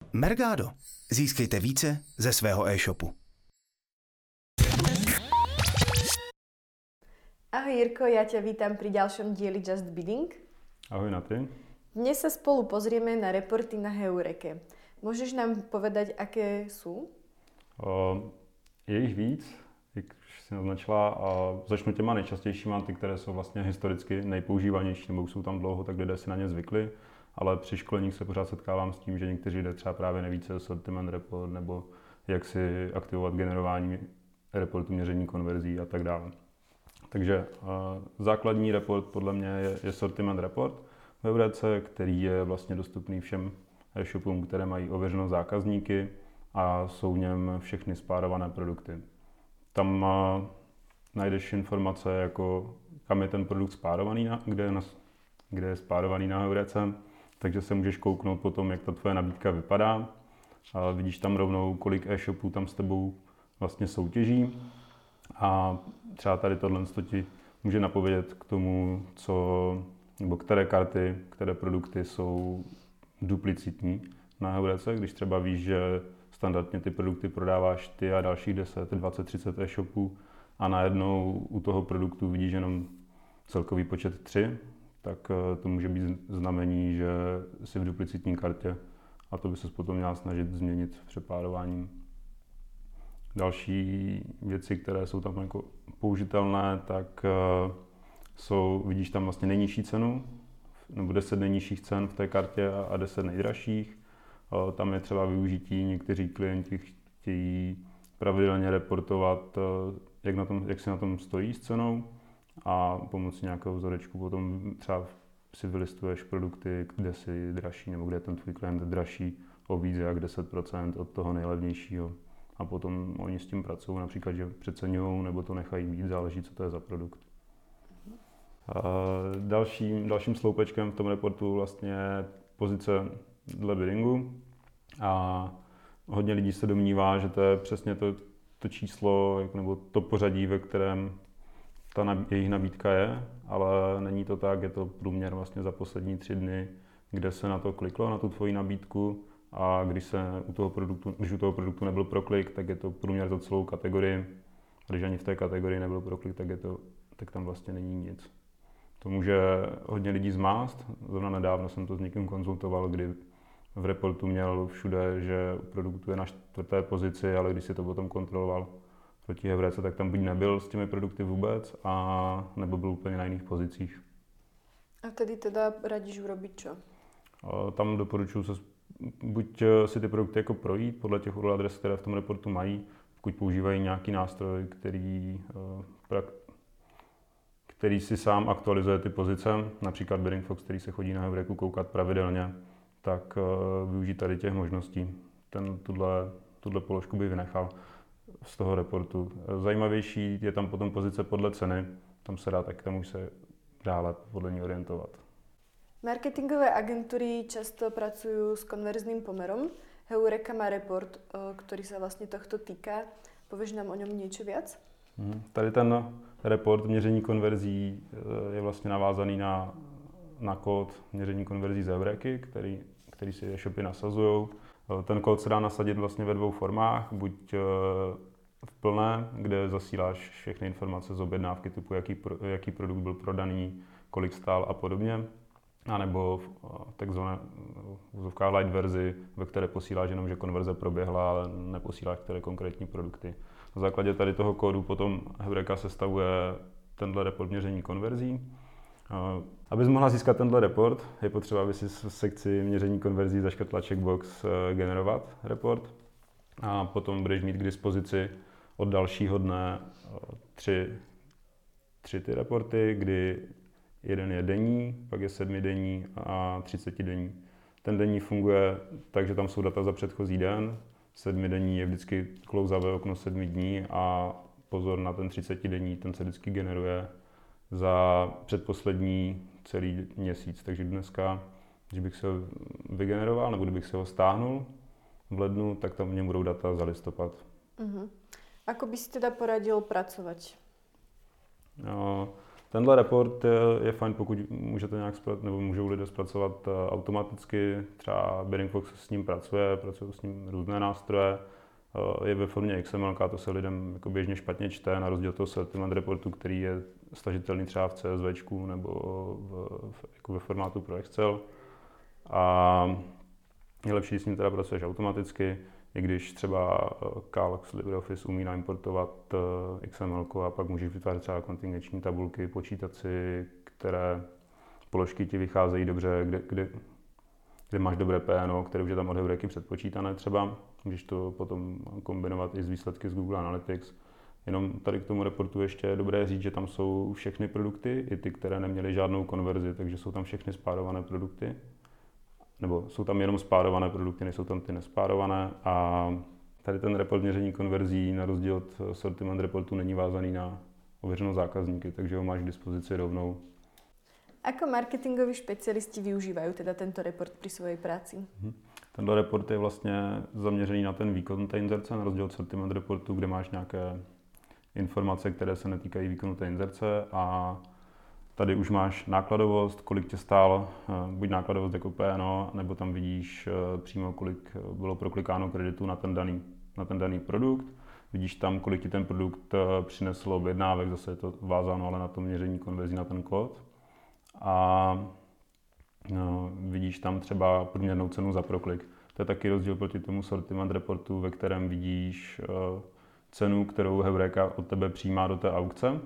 Mergado. Získejte více ze svého e-shopu. Ahoj Jirko, ja ťa vítam pri ďalšom dieli Just Bidding. Ahoj Naty. Dnes sa spolu pozrieme na reporty na Heureke. Môžeš nám povedať, aké sú? Je jich víc, jak jsi naznačila, a začnu těma nejčastějšíma, ty, které jsou vlastně historicky nejpoužívanější, nebo jsou tam dlouho, tak lidé si na ně zvykli, ale při školeních se pořád setkávám s tím, že někteří lidé třeba právě neví, co je sortiment report, nebo jak si aktivovat generování reportu, měření konverzí a tak dále. Takže základní report podle mě je sortiment report v Heurece, který je vlastně dostupný všem e-shopům, které mají ověřené zákazníky a jsou v něm všechny spárované produkty. Tam najdeš informace, jako kam je ten produkt spárovaný, kde je spárovaný na Heurece, takže se můžeš kouknout potom, jak ta tvoje nabídka vypadá. A vidíš tam rovnou, kolik e-shopů tam s tebou vlastně soutěží. A třeba tady tohle ti může napovědět k tomu, nebo které karty, které produkty jsou duplicitní na Heurece, když třeba víš, že standardně ty produkty prodáváš ty a dalších 10, 20, 30 e-shopů a najednou u toho produktu vidíš jenom celkový počet 3, tak to může být znamení, že jsi v duplicitní kartě a to by se potom měla snažit změnit přepárováním. Další věci, které jsou tam jako použitelné, tak vidíš tam vlastně nejnižší cenu, nebo 10 nejnižších cen v té kartě a 10 nejdražších. Tam je třeba využití, někteří klienti chtějí pravidelně reportovat, jak si na tom stojí s cenou a pomocí nějakého vzorečku potom třeba si vylistuješ produkty, kde si dražší, nebo kde je ten tvůj klient dražší o víc jak 10% od toho nejlevnějšího. A potom oni s tím pracují, například, že přeceňují nebo to nechají být, záleží, co to je za produkt. Dalším sloupečkem v tom reportu vlastně pozice dle biddingu. A hodně lidí se domnívá, že to je přesně to číslo nebo to pořadí, ve kterém ta jejich nabídka je, ale není to tak, je to průměr vlastně za poslední 3 dny, kde se na to kliklo, na tu tvoji nabídku. A když u toho produktu nebyl proklik, tak je to průměr za celou kategorii. Když ani v té kategorii nebyl proklik, tak tam vlastně není nic. To může hodně lidí zmást. Zrovna nedávno jsem to s někým konzultoval, kdy v reportu měl všude, že u produktu je na 4. pozici, ale když si to potom kontroloval proti Heurece, tak tam buď nebyl s těmi produkty vůbec, a nebo byl úplně na jiných pozicích. A tedy teda radíš urobiť čo? Tam doporučuji se buď si ty produkty jako projít podle těch URL adres, které v tom reportu mají, pokud používají nějaký nástroj, který si sám aktualizuje ty pozice, například Bidding Fox, který se chodí na Heureku koukat pravidelně, tak využít tady těch možností. Tuhle položku by vynechal z toho reportu. Zajímavější je tam potom pozice podle ceny, tam se dá tak, tam už se dále podle ní orientovat. Marketingové agentúry často pracujú s konverzným pomerom. Heureka má report, ktorý sa vlastne tohto týka. Povieš nám o ňom niečo viac? Tady ten report měření konverzí je vlastně navázaný na kód měření konverzí z Heureky, který si e-shopy nasazují. Ten kód se dá nasadit vlastně ve 2 formách. Buď v plné, kde zasíláš všechny informace z objednávky typu, jaký produkt byl prodaný, kolik stál a podobně. A nebo v takzvané light verzi, ve které posíláš jenom, že konverze proběhla, ale neposíláš které konkrétní produkty. Na základě tady toho kódu potom Heureka sestavuje tenhle report měření konverzí. Abys mohla získat tenhle report, je potřeba, aby si v sekci měření konverzí zaškrtla checkbox generovat report. A potom budeš mít k dispozici od dalšího dne 3 ty reporty, kdy jeden je denní, pak je 7denní a 30denní. Ten denní funguje tak, že tam jsou data za předchozí den, 7denní je vždycky klouzavé okno 7 dní a pozor na ten 30denní, ten se vždycky generuje za předposlední celý měsíc. Takže dneska, když bych se ho vygeneroval nebo kdybych se ho stáhnul v lednu, tak tam v něm budou data za listopad. Uh-huh. Ako by si teda poradil pracovať? No, Tenhle report je fajn, pokud můžete nějak nebo můžou lidé zpracovat automaticky. Třeba Bidding Fox s ním pracují s ním různé nástroje. Je ve formě XML, to se lidem jako běžně špatně čte, na rozdíl od toho sortiment reportu, který je stažitelný třeba v CSV nebo jako ve formátu pro Excel. A je lepší, když s ním teda pracuješ automaticky, i když třeba Calc LibreOffice umí naimportovat XML a pak můžeš vytvářet třeba kontingenční tabulky, počítat si, které položky ti vycházejí dobře, kde máš dobré PNO, které už je tam od Heureky předpočítané třeba. Můžeš to potom kombinovat i s výsledky z Google Analytics. Jenom tady k tomu reportu ještě je dobré říct, že tam jsou všechny produkty, i ty, které neměly žádnou konverzi, takže jsou tam všechny spárované produkty. Nebo jsou tam jenom spárované produkty, nejsou tam ty nespárované. A tady ten report měření konverzí na rozdíl od sortiment reportu není vázaný na ověřenou zákazníky, takže ho máš k dispozici rovnou. Ako marketingoví špecialisti využívajú teda tento report pri svojej práci? Tenhle report je vlastně zaměřený na ten výkon té inzerce, na rozdíl od sortiment reportu, kde máš nějaké informace, které se netýkají výkonu té inzerce, a tady už máš nákladovost, kolik tě stál, buď nákladovost jako PNO, nebo tam vidíš přímo, kolik bylo proklikáno kreditu na ten daný produkt. Vidíš tam, kolik ti ten produkt přinesl objednávek, zase je to vázáno ale na to měření konverzí na ten kód. A vidíš tam třeba průměrnou cenu za proklik. To je taky rozdíl proti tomu sortiment reportu, ve kterém vidíš cenu, kterou Heureka od tebe přijímá do té aukce.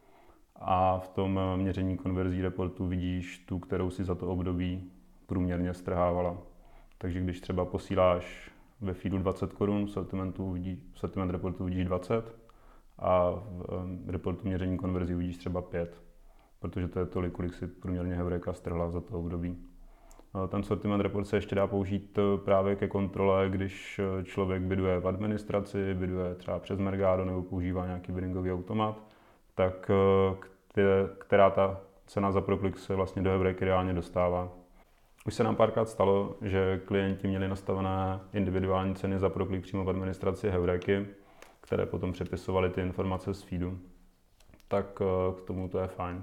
A v tom měření konverzí reportu vidíš tu, kterou si za to období průměrně strhávala. Takže když třeba posíláš ve feedu 20 korun, v sortiment reportu vidíš 20 a v reportu měření konverzí vidíš třeba 5, protože to je tolik, kolik si průměrně Heureka strhla za to období. Ten sortiment report se ještě dá použít právě ke kontrole, když člověk biduje v administraci, biduje třeba přes Mercado nebo používá nějaký biddingový automat, tak která ta cena za proklik se vlastně do Heureky reálně dostává. Už se nám párkrát stalo, že klienti měli nastavené individuální ceny za proklik přímo v administraci Heureky, které potom přepisovaly ty informace z feedu. Tak k tomu to je fajn.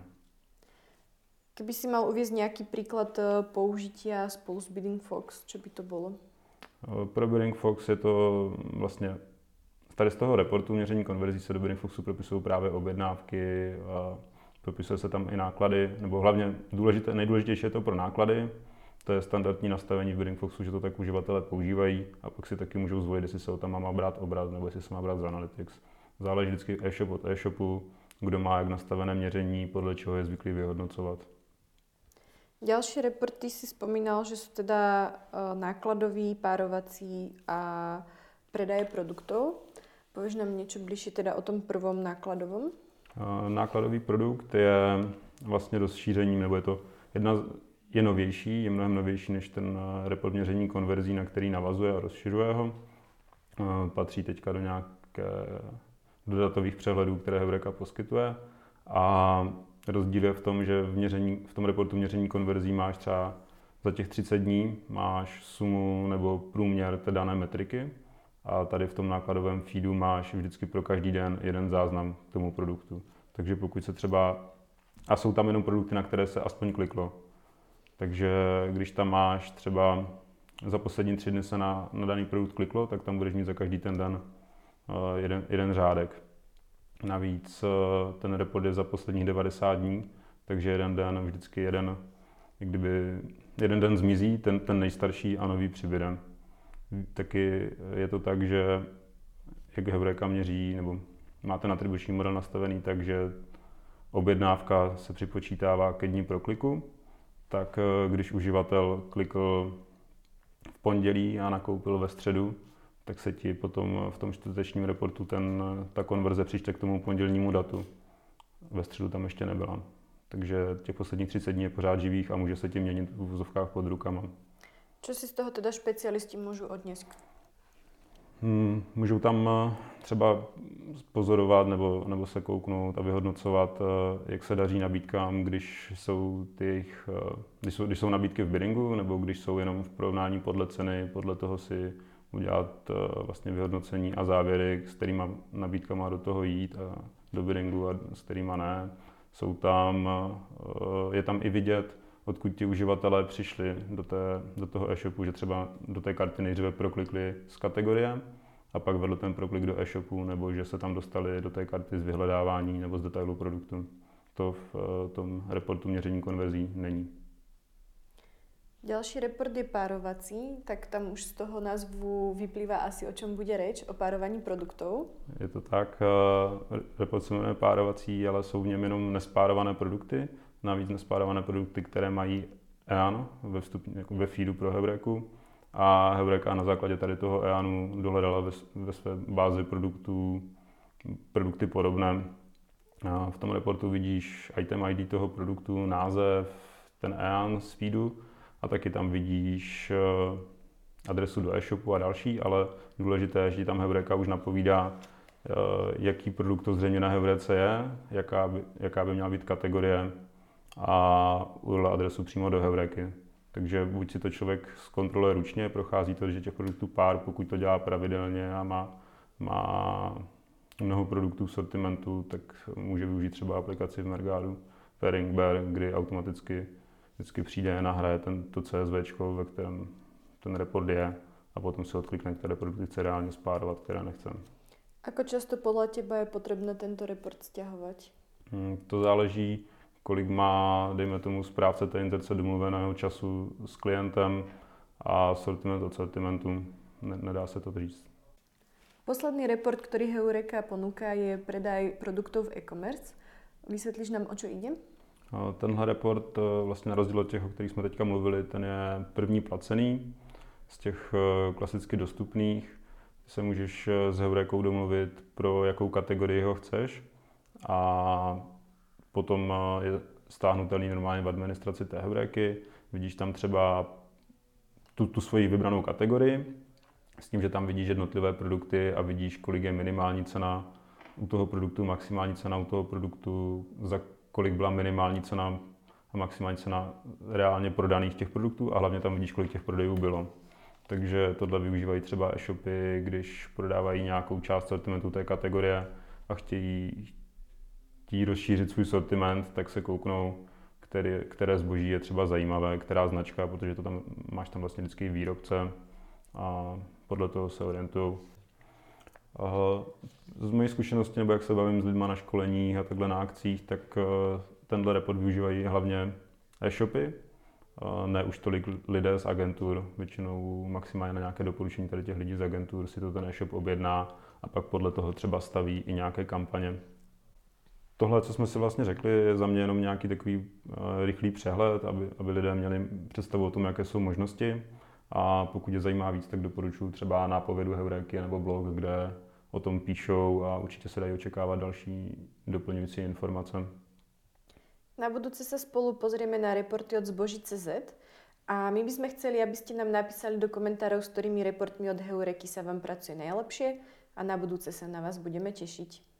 Keby si mal uviesť nejaký príklad použitia spolu s Bidding Fox, čo by to bolo? Pro Bidding Fox je to vlastně tady z toho reportu měření konverzí se do Bidding Foxu propisují právě objednávky, propisuje se tam i náklady, nebo hlavně nejdůležitější je to pro náklady. To je standardní nastavení v Bidding Foxu, že to tak uživatelé používají, a pak si taky můžou zvolit, jestli se ho tam má brát obraz nebo jestli se má brát z Analytics. Záleží vždycky e-shop od e-shopu, kdo má jak nastavené měření, podle čeho je zvyklý vyhodnocovat. Ďalšie reporty si spomínal, že sú teda nákladový, párovací a predaje produktov. Povieš nám niečo bližšie teda o tom prvom nákladovom? Nákladový produkt je vlastně rozšířením, nebo je novější, je mnohem novější než ten report měření konverzí, na který navazuje a rozšiřuje ho. Patří teďka do nějaké datových přehledů, které Heureka poskytuje. A rozdíl je v tom, že v tom reportu měření konverzí máš třeba za těch 30 dní máš sumu nebo průměr té dané metriky, a tady v tom nákladovém feedu máš vždycky pro každý den jeden záznam k tomu produktu. Takže pokud se třeba, a jsou tam jenom produkty, na které se aspoň kliklo, takže když tam máš třeba za poslední 3 dny se na daný produkt kliklo, tak tam budeš mít za každý ten den jeden řádek. Navíc ten report je za posledních 90 dní, takže jeden den vždycky jeden den zmizí, ten nejstarší a nový přibude. Taky je to tak, že jak Heureka měří, nebo má ten atribuční model nastavený, takže objednávka se připočítává ke dni pro kliku, tak když uživatel klikl v pondělí a nakoupil ve středu, tak se ti potom v tom čtvrtečním reportu ta konverze přičte k tomu pondělnímu datu. Ve středu tam ještě nebyla. Takže těch posledních 30 dní je pořád živých a může se ti měnit v uvozovkách pod rukama. Čo si z toho teda špecialisti môžu odniesť? Můžou tam třeba pozorovat nebo se kouknout a vyhodnocovat, jak se daří nabídkám, když jsou nabídky v biddingu, nebo když jsou jenom v porovnání podle ceny, podle toho si udělat vlastně vyhodnocení a závěry, s kterýma nabídkama do toho jít a do biddingu a s kterýma ne. Je tam i vidět, odkud ti uživatelé přišli do toho e-shopu, že třeba do té karty nejdříve proklikli z kategorie a pak vedl ten proklik do e-shopu, nebo že se tam dostali do té karty z vyhledávání nebo z detailu produktu. To v tom reportu měření konverzí není. Ďalší report je párovací, tak tam už z toho názvu vyplývá asi, o čom bude reč, o párovaní produktov. Je to tak, report se jmenuje párovací, ale jsou v něm jenom nespárované produkty, navíc nespárované produkty, které mají EAN ve feedu pro Heureku. A Heureka na základě tady toho EANu dohledala ve své bázi produkty podobné. A v tom reportu vidíš item ID toho produktu, název, ten EAN z feedu a taky tam vidíš adresu do e-shopu a další, ale důležité je, že tam Heureka už napovídá, jaký produkt to zřejmě na Heurece je, jaká by měla být kategorie a URL adresu přímo do Heureky. Takže buď si to člověk zkontroluje ručně, prochází to, že těch produktů pár, pokud to dělá pravidelně a má mnoho produktů v sortimentu, tak může využít třeba aplikaci v Mergadu, Pairing Bear, kdy automaticky vždycky přijde, nahraje to CSVčko, ve kterém ten report je a potom si odklikne, které produkty chce reálně spárovat, které nechce. Ako často podľa teba je potrebné tento report stiahovať? To záleží, kolik má, dejme tomu, správce té inzerce domluveného času s klientem a sortiment od sortimentu. Nedá se to říct. Posledný report, ktorý Heureka ponúka, je predaj produktov v e-commerce. Vysvětlíš nám, o čo ide? Tenhle report, vlastně na rozdíl od těch, o kterých jsme teďka mluvili, ten je první placený z těch klasicky dostupných. Se můžeš s Heurekou domluvit, pro jakou kategorii ho chceš a potom je stáhnutelný normálně v administraci té Heureky. Vidíš tam třeba tu svoji vybranou kategorii, s tím, že tam vidíš jednotlivé produkty a vidíš, kolik je minimální cena u toho produktu, maximální cena u toho produktu, za kolik byla minimální cena a maximální cena reálně prodaných těch produktů a hlavně tam vidíš, kolik těch prodejů bylo. Takže tohle využívají třeba e-shopy, když prodávají nějakou část sortimentu té kategorie a chtějí rozšířit svůj sortiment, tak se kouknou, které zboží je třeba zajímavé, která značka, protože máš tam vlastně vždycky výrobce a podle toho se orientují. Z mojí zkušenosti, nebo jak se bavím s lidma na školeních a takhle na akcích, tak tenhle report využívají hlavně e-shopy, ne už tolik lidé z agentur, většinou maximálně na nějaké doporučení tady těch lidí z agentur si to ten e-shop objedná a pak podle toho třeba staví i nějaké kampaně. Tohle, co jsme si vlastně řekli, je za mě jenom nějaký takový rychlý přehled, aby lidé měli představu o tom, jaké jsou možnosti. A pokud je zajímá víc, tak doporučuji třeba nápovědu Heureky nebo blog, kde o tom píšou a určitě se dají očekávat další doplňující informace. Na budúce sa spolu pozrieme na reporty od Zboží.cz a my by sme chceli, aby ste nám napísali do komentárov, s ktorými reportmi od Heureky sa vám pracuje najlepšie a na budúce sa na vás budeme tešiť.